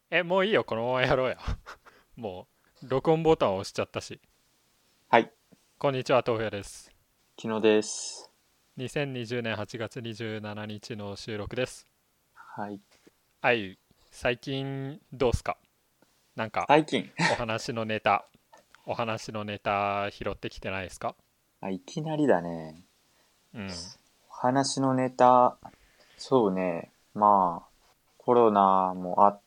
もういいよ、このままやろうや。もう、録音ボタンを押しちゃったし。 はい、 こんにちは、豆腐です。 昨日です。 2020年8月27日の収録です。 はい。 最近どうすか？なんか、 最近お話のネタ、お話のネタ拾ってきてないですか？ いきなりだね。 うん。 お話のネタ、そうね。まあ、コロナもあって、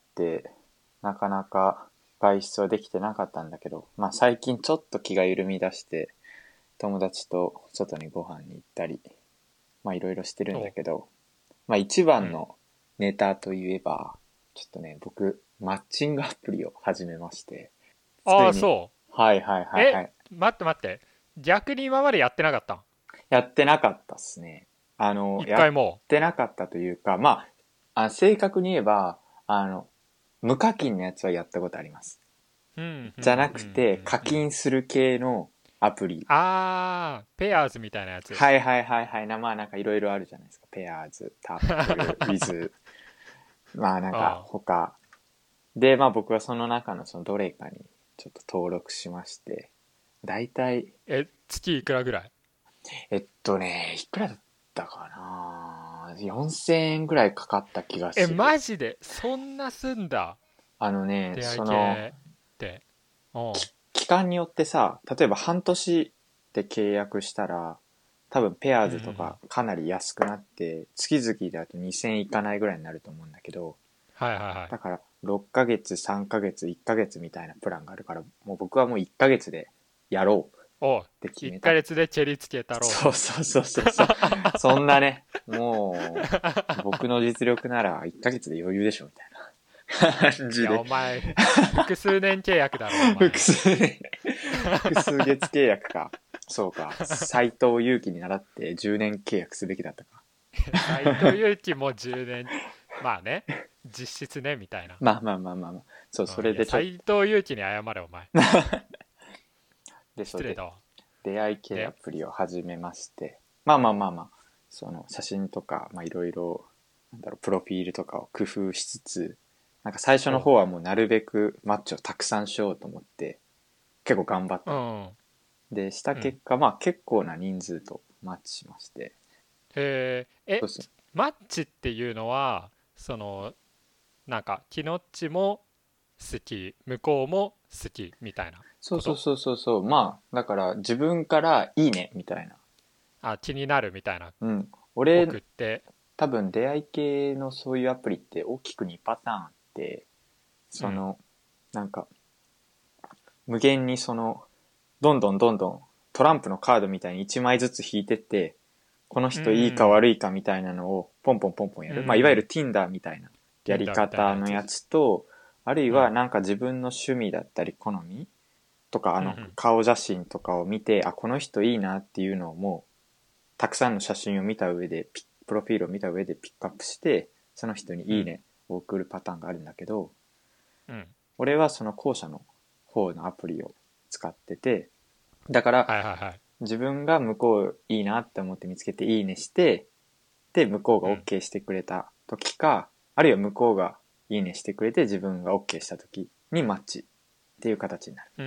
なかなか外出はできてなかったんだけど、まあ最近ちょっと気が緩み出して、友達と外にご飯に行ったり、まあいろいろしてるんだお、 けど、まあ一うん。 番のネタといえば、ちょっとね、僕、マッチングアプリを始めまして、つああ、 いに、 そはいはいう。 はいはい。 待って待って。逆に今までやってなかったん？ やってなかったっすね。 一やっ回も。 てなかったというか、まあ、正確に言えば、無課金のやつはやったことあります。 うん、うん、うん、うじゃなくて、 ん、うん。 課金する系のアプリ。 ああ、ペアーズみたいなやつ。 はいはいはいはい。まあなんかいろいろあるじゃないですか。ペアーズ、タップル、ウィズ、まあなんかあ他。で、まあ僕はその中のそのどれかにちょっと登録しまして、だいたい月いくらぐらい？ いくらだったかな？ 4000 円ぐらいかかった気がする。 マジでそんなすんだ？出会いその、 系って。おう。 期間によってさ、例えば半年で契約したら、多分ペアーうんうんうズとかん。 かなり安くなって、月々だと2000いかないぐらいになると思うんだけど、 はいはいはい。 だから6ヶ月、3ヶ月、1ヶ月みたいなプランがあるから、もう僕はもう1ヶ月でやろうおう。 って決 1 めた。 ヶ月でチェリつけたろうと。 そうそうそうそうそう。そんなね、もう、僕の実力なら1ヶ月で余裕でしょ、みたいな感いや、 じで。 お前、複数年契約だろ、お複前。 数ね、複数月契約か。そうか。斎藤佑樹に習って10年契約すべきだったか。 斎藤佑樹も10年、まあね、実質ね、みたいな。 まあまあまあまあまあ。そう、そうん、いや、 れでちょっと、 斎藤佑樹に謝れ、お前。 で、それで失礼だわ。 出会い系アで、 プリを始めまして、まあまあまあまあ、その写真とか、まあいろいろ、なんだろう、プロフィールとかを工夫しつつ、なんか最初のおう。 方はもうなるべくマッチをたくさんしようと思って、結構頑張ったの。 うん、 で、したうん。 結果、まあ結構な人数とマッチしまして、そうそう。 マッチっていうのは、その、なんか、キノッチも好き、向こうも好き、みたいなこと？ そうそうそうそうそう。まあ、だから自分からいいね、みたいな。 あ、気になるみたいな。 うん。俺、 送って。 多分出会い系のそういうアプリって大きく2パターンあって、 うん。 その、なんか、無限にその、どんどんどんどんトランプのカードみたいに1枚ずつ引いてって、このう人いいかん。 悪いかみたいなのをポンポンポンポンやる。まあ、いわゆるうん。 Tinder みたいなやり Tinder みたいなやつ。 方のやつと、あるいうん。 はなんか自分の趣味だったり好みとか、 うん。 顔写真とかを見て、あ、この人いいなっていうのをもう、たくさんの写真を見た上で、プロフィールを見た上でピックアップして、その人にうん。 いいねを送るパターンがあるんだけど、 うん。 俺はその後者の方のアプリを使ってて、だからはいはいはい。 自分が向こういいなって思って見つけていいねして、で、向こうがうん。 OK してくれた時か、あるいは向こうがいいねしてくれて自分が OK した時にマッチっていう形になる。 うん。うん。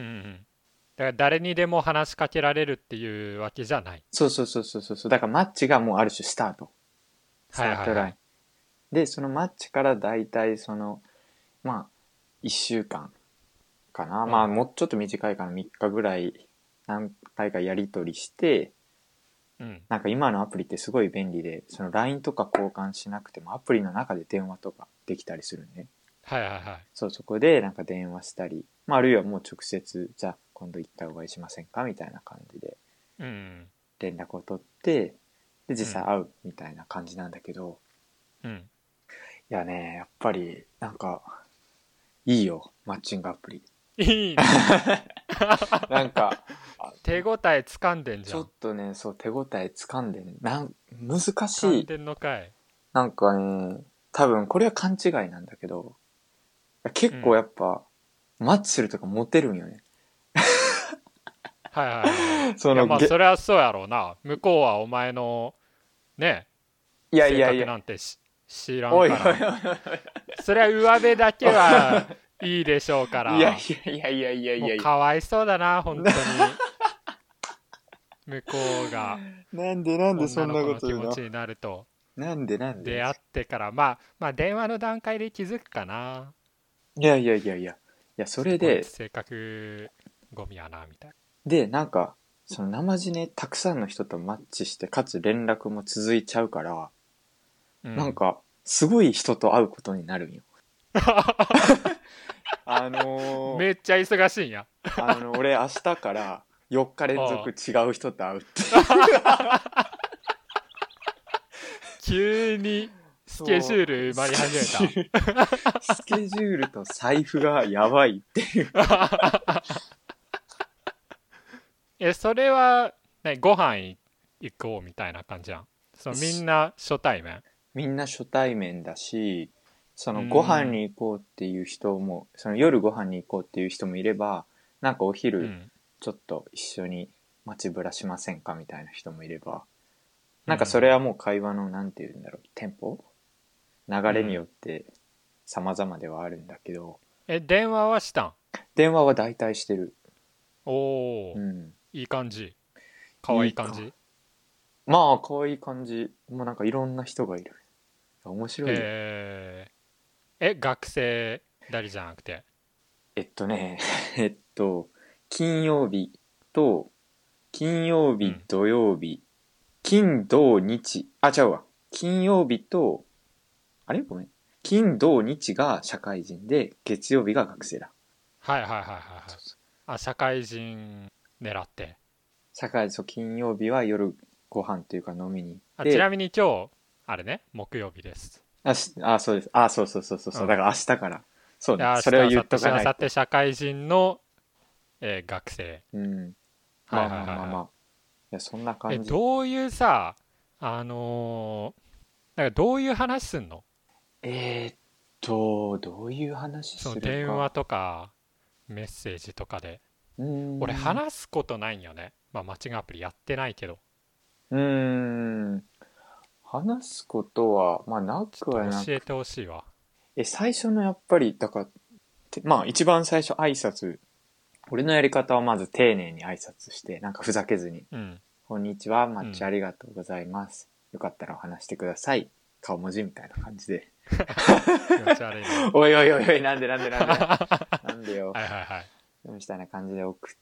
だから誰にでも話しかけられるっていうわけじゃない。 そうそうそうそうそう。だからマッチがもうある種スタート。スはいタートライン。 はいはい。 で、そのマッチからだいたいその、まあ、1週間かな。 うん。 まあ、もうちょっと短いかな。3日ぐらい何回かやり取りして、 うん。 なんか今のアプリってすごい便利で、その LINE とか交換しなくてもアプリの中で電話とかできたりするね。 はいはいはい。 そう、そこでなんか電話したり、まあ、あるいはもう直接、じゃあ今度一回お会いしませんかみたいな感じでうん。 連絡を取って、で、 うん。 実際会うみたいな感じなんだけど、 うん。 いやね、やっぱりなんかいいよ、マッチングアプリ。 いいの？ なんか、 手応え掴んでんじちょっゃん。 とね、そう、手応え掴んでね、難しい。 掴んでんのかい。 なんかね、多分これは勘違いなんだけど、結構うん。 やっぱ、マッチするとかモテるんよね。 はいはいはいはい。いや、 その、 まあ、それはそうやろうな。向こうはお前の、ね、 いやい性格やいや、 なんてし知らんおいおいおいからそれは上辺だけはいいでしょうからいやいやいやいやいやいもうやいや。 かわいそうだな本当に向こうがなんでそんな女の子のこと言うの？ 気持ちになるとなんで出会ってからまあ電話の段階で気づくかな。 いやいやいやいや。いや、それで、 こいつ性格ゴミやなみたいで、なんか、その生地ね、たくさんの人とマッチして、かつ連絡も続いちゃうから、 な、うん、 なんか、すごい人と会うことになるんよ。あのーめっちゃ忙しいんや俺明日から4日連続違う人と会うって。 急にスケジュール埋まり始めたスケジュールと財布がやばいっていう。 それは、ね、ご飯行こうみたいな感じやん。みんな初対面？ みんな初対面だし、そのご飯うんに行こうっていう人も、その夜ご飯に行こうっていう人もいれば、なんかお昼うんちょっと一緒に街ぶらしませんかみたいな人もいれば、なんかそれはもう会話のなんて言うんだろう、テンポ流れによって様々ではあるんだけど、 電話はしたん？ 電話は大体してる。 おお、 うん。 いい感じ？可愛い感じ？ まあ、可愛い感じ。もうなんかいろんな人がいる。面白いよ。 学生だりじゃなくて？ ね、えっと、金曜日と、金曜日、 うん土曜日、金、土、日、違うわ。金曜日と、あれごめん。金、土、日が社会人で、月曜日が学生だ。 はいはいはいはいはい。社会人狙って。 金曜日は夜ご飯というか飲みに行って、 ちなみに今日あれね木曜日です。 そうです。そう。だうん。 から明日から。そうね。 で明それを言っ日明後日とかないと。 明後日社会人の、学生。 うん。 はいまあはいはいはまあまあまあ。いや、そんない。 感じ。 どういうさなんかどういう話すんの？ どういう話そのするか。 電話とかメッセージとかで。 うー俺ん。 話すことないんよね。まあマッチングアプリやってないけど。 うーん。話すことは、まあ、なちくはなく。 ょっと教えてほしいわ。 最初のやっぱり、だから、まあ、一番最初挨拶。俺のやり方はまず丁寧に挨拶して、なんかふざけずに。 うん。 こんにちは、マッチあうん。 りがとうございます。よかったらお話してください。顔文字みたいな感じで。 気持ち悪いな。 おいおいおいおい、なんでなんでよ。 はいはいはい。 みたいな感じで送って、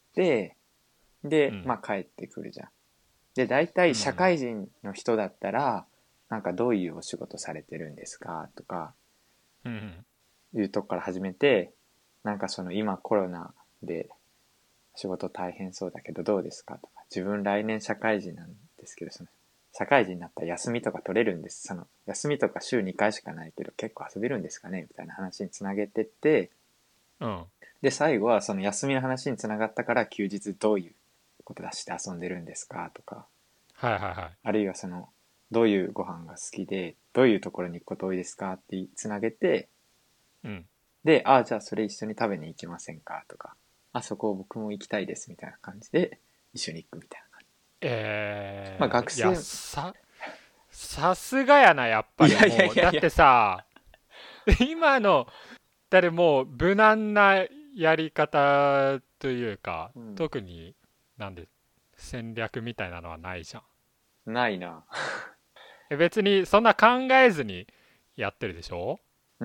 で、 うん。 まあ帰ってくるじゃん。で、大体社うん。 会人の人だったら、なんかどういうお仕事されてるんですかとか、 うん。 いうとこから始めて、なんかその今コロナで仕事大変そうだけどどうですかとか、自分来年社会人なんですけど、その社会人になったら休みとか取れるんです。その休みとか週2回しかないけど結構遊べるんですかねみたいな話につなげてって、 うん。 で、最後はその休みの話につながったから休日どういうこと出して遊んでるんですかとか、 はいはいはい。 あるいはその、どういうご飯が好きで、どういうところに行くこと多いですかってつなげて、 うん。 で、じゃあそれ一緒に食べに行きませんかとか、そこ僕も行きたいですみたいな感じで、一緒に行くみたいな感じ。まあ学いや、 生、 さすがやな、やっぱりいやいやもう。だっいやいや、 てさ、今の、だってもう無難なやり方というか、 うん、 特になんで戦略みたいなのはないじゃん。 ないな。 別にそんな考えずにやってるでしょ？ うん、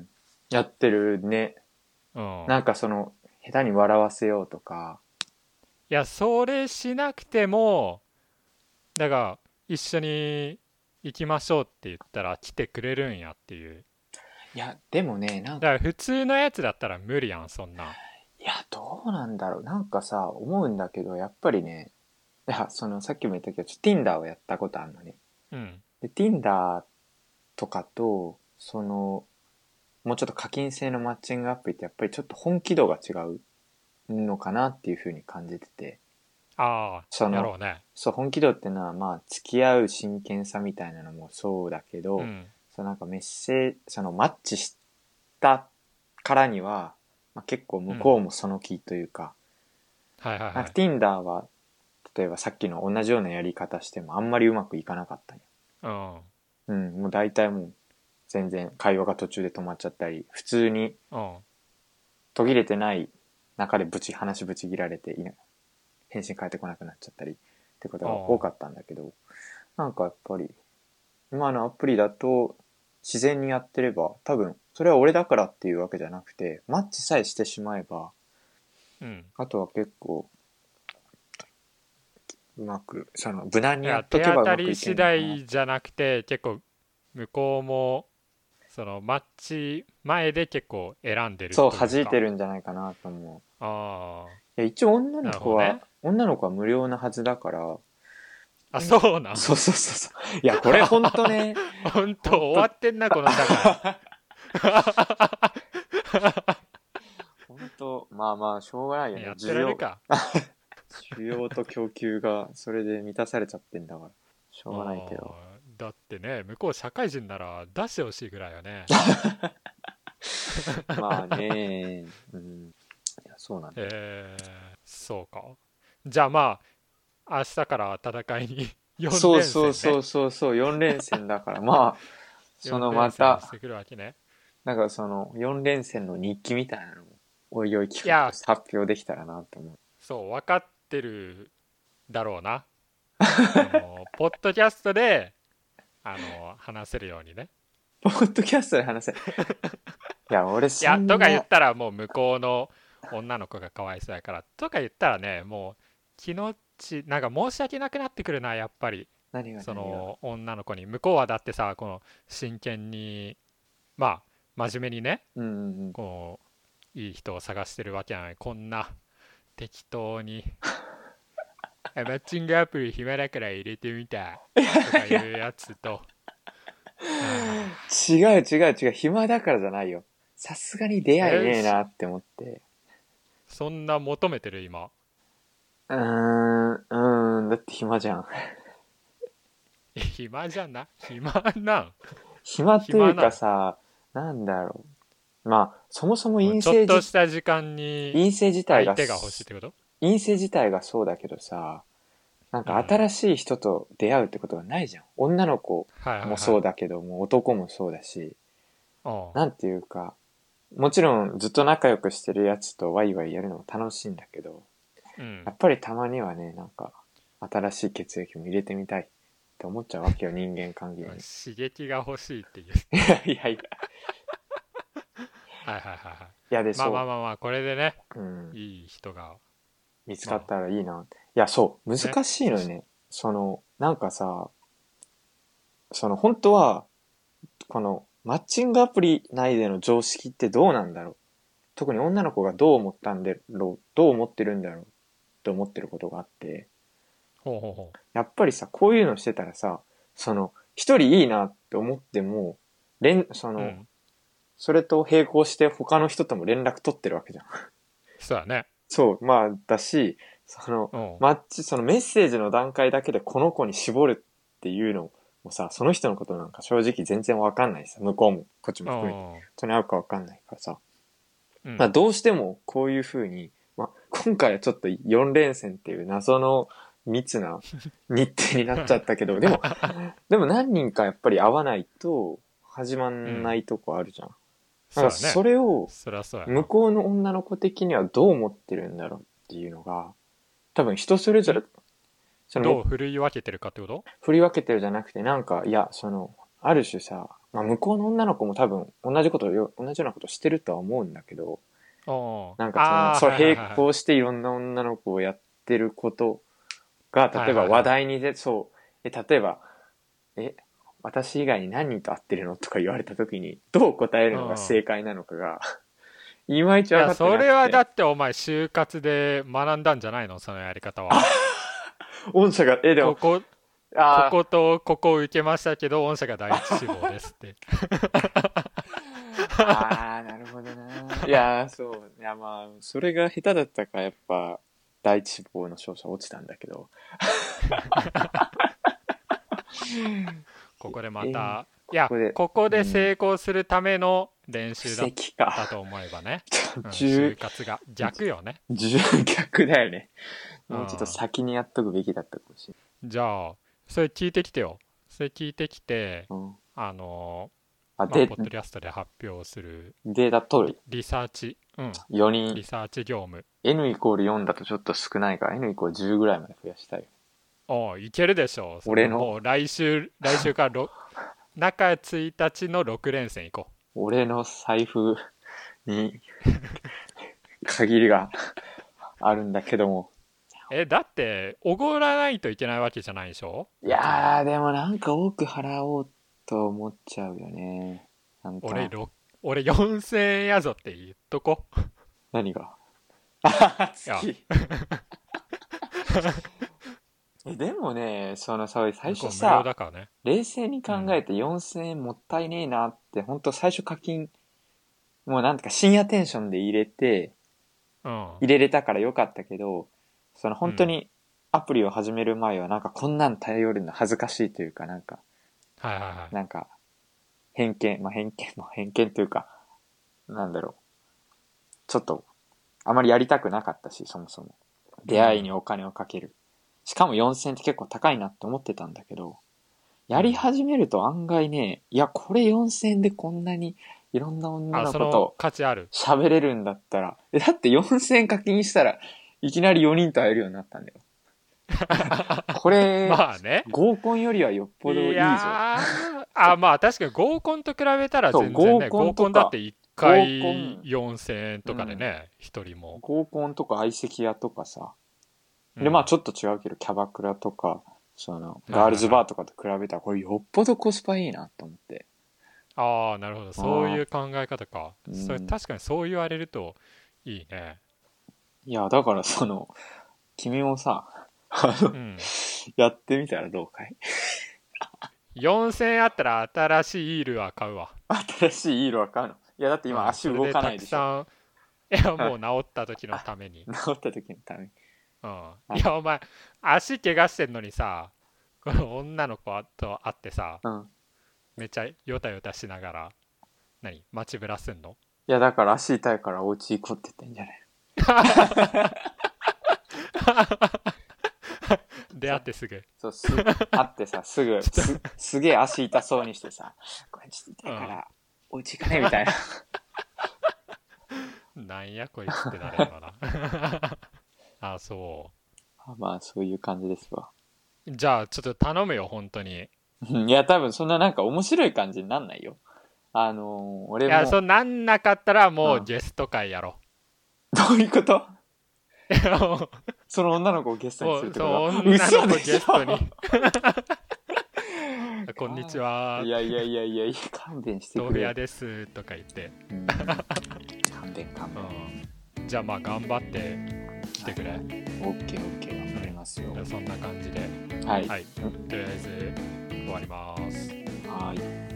やってるね。 うん。 なんかその、下手に笑わせようとか、 いや、それしなくても、だから一緒に行きましょうって言ったら来てくれるんやっていう。 いや、でもね、 だから普通のやつだったら無理やん、そんな。 いや、どうなんだろう。なんかさ、思うんだけど、やっぱりね、いや、その、さっきも言ったけど、Tinder をやったことあるのね。 うん。 で、Tinder とかと、その、もうちょっと課金制のマッチングアプリってやっぱりちょっと本気度が違うのかなっていうふうに感じてて、 ああ、 その、 やろうね。 そう、本気度ってのは、まあ、付き合う真剣さみたいなのもそうだけど、 うん。 そのなんかそのマッチしたからには、まあ、結構向こうん。 うもその気というか、なんかはいはいはい。 Tinder は、例えばさっきの同じようなやり方してもあんまりうまくいかなかったんよ。 うん。 うん、もう大体もう全然会話が途中で止まっちゃったり、普通にうん途切れてない中で話ぶち切られて返信返ってこなくなっちゃったりってことが多かったんだけど、なんかやっぱり今のアプリだと自然にやってれば、多分それは俺だからっていうわけじゃなくて、マッチさえしてしまえば、 うん。 あとは結構うまく無難にやいや、 っとけばう手当たまくいけるのかり次な。 第じゃなくて、結構向こうもそのマッチ前で結構選んでるそう、 というか。 弾いてるんじゃないかなと思う。 ああ、 いや、一応なるほどね。 女の子は無料なはずだから、 あ、そうなん。 そうそうそうそう。いや、これほんとね、 本当ほんと、 終わってんな、この社会。 ほんと、まあまあ、しょうがないよね。 やってられるか。 需要と供給がそれで満たされちゃってんだから、しょうがないけど。 だってね、向こう社会人なら出してほしいぐらいよね。 まあね、うん。いや、そうなんだよ。 そうか。じゃあまあ、明日から戦いに4 そう連戦ね。 そうそうそうそう、4連戦だから、まあ、 4 ま連戦した、 てくるわけね。 なんか4連戦の日記みたいなのを、おいおい企画いや、 発表できたらなと思う。 そう、分かってるだろうな。ポッドキャストで、話せるようにね。 ポッドキャストで話せ。いや、俺いや、 そんな、 とか言ったらもう向こうの女の子がかわいそうやから。とか言ったらね、もう気のなんか申し訳なくなってくるな、やっぱり。そ何が。 の女の子に。向こうはだってさ、この真剣に、まあ、真面目にね、 うんうんうん。 こう、いい人を探してるわけやない。こんな適当に、マッチングアプリ暇だから入れてみたとかいうやつと、 違う違う違う、暇だからじゃないよ。さすがに出会いねえなって思って。 そんな求めてる今。 だって暇じゃん。 暇じゃな暇なん。 暇という暇なん。 かさ、なんだろう。まあ、そもそもちょっとした時間に陰性自体が、 相手が欲しいってこと？ 陰性自体がそうだけどさ、なんかうん。 新しい人と出会うってことがないじゃん。女の子はいはいはい。 もそうだけども、男もそうだし、 うん。 なんていうか、もちろんずっと仲良くしてるやつとワイワイやるのも楽しいんだけど、 うん。 やっぱりたまにはね、なんか、新しい血液も入れてみたいって思っちゃうわけよ、人間関係に。 刺激が欲しいっていう。 いやいやいや。 はいはいはいはい。 いやで、 まあまあそまあまあ、これでね、 う。うん。 いい人が、 見つかっまたらいいな。いや、そう。 あ、ね。 難しいのよね。なんかさ、本当は、この、マッチングアプリ内での常識ってどうなんだろう。特に女の子がどう思ってるんだろうって思ってることがあって、 ほうほうほやっぱりさ、こういうのしてたらさ、一人いいなって思っても、 う。うん。 それと並行して他の人とも連絡取ってるわけじゃん。 そうだね。 そう、まあ、だし、 うん。 メッセージの段階だけでこの子に絞るっていうのもさ、その人のことなんか正直全然わかんないさ、向こうも、こっちもう含めて、 ん。 人に会うかわかんないからさ、まあうん。 どうしてもこういう風に、まあ今回はちょっと4連戦っていう謎の密な日程になっちゃったけど、でも何人かやっぱり会わないと始まうん。 んないとこあるじゃん。なんかそうだね。 それをそりゃそうやな。 向こうの女の子的にはどう思ってるんだろうっていうのが、多分人それぞれ、 どう振るい分けてるかってこと？ 振り分けてるじゃなくて、なんか、いや、ある種さ、まあ向こうの女の子も多分同じようなことしてるとは思うんだけど、 おなんかああー、はいはい並はいはい。 行していろんな女の子をやってることが、例えば話はいはいはい。 題にそう、例えば、え、私以外に何人と会ってるのとか言われた時に、どう答えるのがうん。 正解なのかがいまいちいや、 分かってそれはだなくて。 ってお前就活で学んだんじゃないの、そのやり方は。 御社が、でも、 ここ、こあことここを受けましたけど、御社が第一志望ですって。 なるほどな。いやそう。いや、まあ、それが下手だったから、やっぱ、第一志望の勝者落ちたんだけど。 ここでまえた、いや、 ここで、 ここでうん、 成功するための練布習だっ石か。 たと思えばね。うん、 10、 就活が逆よね。 逆だよね。もうちょっとうん。 先にやっとくべきだったかもしじゃあ、それ聞いてきてよ。それ聞いてきて、 れない。 あの、 あ、 まあ、ポッドキャストで発表するデータ取る。 リサーチ、 4人。 リサーチ業務。 N イコール4だとちょっと少ないから、N イコール10ぐらいまで増やしたい。 いけるでしょう。 俺のもう来週から中1日の6連戦行こ俺の財布に限りがあるんだけども。 う。だっておごらないといけないわけじゃないでしょ。 いやー、でもなんか多く払おうと思っちゃうよね。なんか俺4000円やぞって言っとこ。 何が月でもね、最初無料ださ、 からね。 冷静に考えて4000円もったいねえなって、本当最初課金、もうなんとか深夜テンションで入れれたからよかったけど、本当にアプリを始める前はなんかこんなん頼るの恥ずかしいというか、なんか、 はいはいはい。 なんか、偏見というか、なんだろう。ちょっと、あまりやりたくなかったし、そもそも。出会いにお金をかける。しかも4000って結構高いなって思ってたんだけど、やり始めると案外ね、いや、これ4000でこんなにいろんな女の子そのと価値ある。 喋れるんだったら、だって4000課金したらいきなり4人と会えるようになったんだよ。これ、 まあね。 合コンよりはよっぽどいいぞ。 まあ確かに合コンと比べたら全然ね、合コンだって1回4000円とかでね、一人も。 合コンとか相席屋とかさ。で、まあちょっと違うけど、キャバクラとか、ガールズバーとかと比べたら、これよっぽどコスパいいなと思って。 ああ、なるほど。そういう考え方か。それ確かにそう言われるといいね。 いや、だから君もさ、やってみたらどうかい 4000円あったら新しいイールは買うわ。 新しいイールは買うの？いや、だって今足動かないでしょ。 いや、もう治った時のために。 治った時のために。 いや、お前、足怪我してんのにさ、この女の子と会ってさ、めっちゃヨタヨタしながら、街ぶらすんの？ いや、だから足痛いからお家行こうって言ってんじゃない出会ってすぐ。 そう、会ってさ、すげえ足痛そうにしてさ、これちょっと痛いから、お家行かねみたいな。 なんやこいつってなるのな。あ、そう。 まあ、そういう感じですわ。 じゃあ、ちょっと頼むよ、本当に。 いや、多分そんななんか面白い感じになんないよ。俺も。 いや、そうなんなかったらもうゲスト会やろう。どういうこと？その女の子をゲストにするってこと？ 女の子ゲストに。こんにちは。 いや、勘弁してくれ。 豆腐屋ですとか言って。 勘弁。 じゃあまあ頑張って来てくれ。 オッケー、頑張りますよ。 そんな感じで。 はい。 とりあえず終わります。 はい。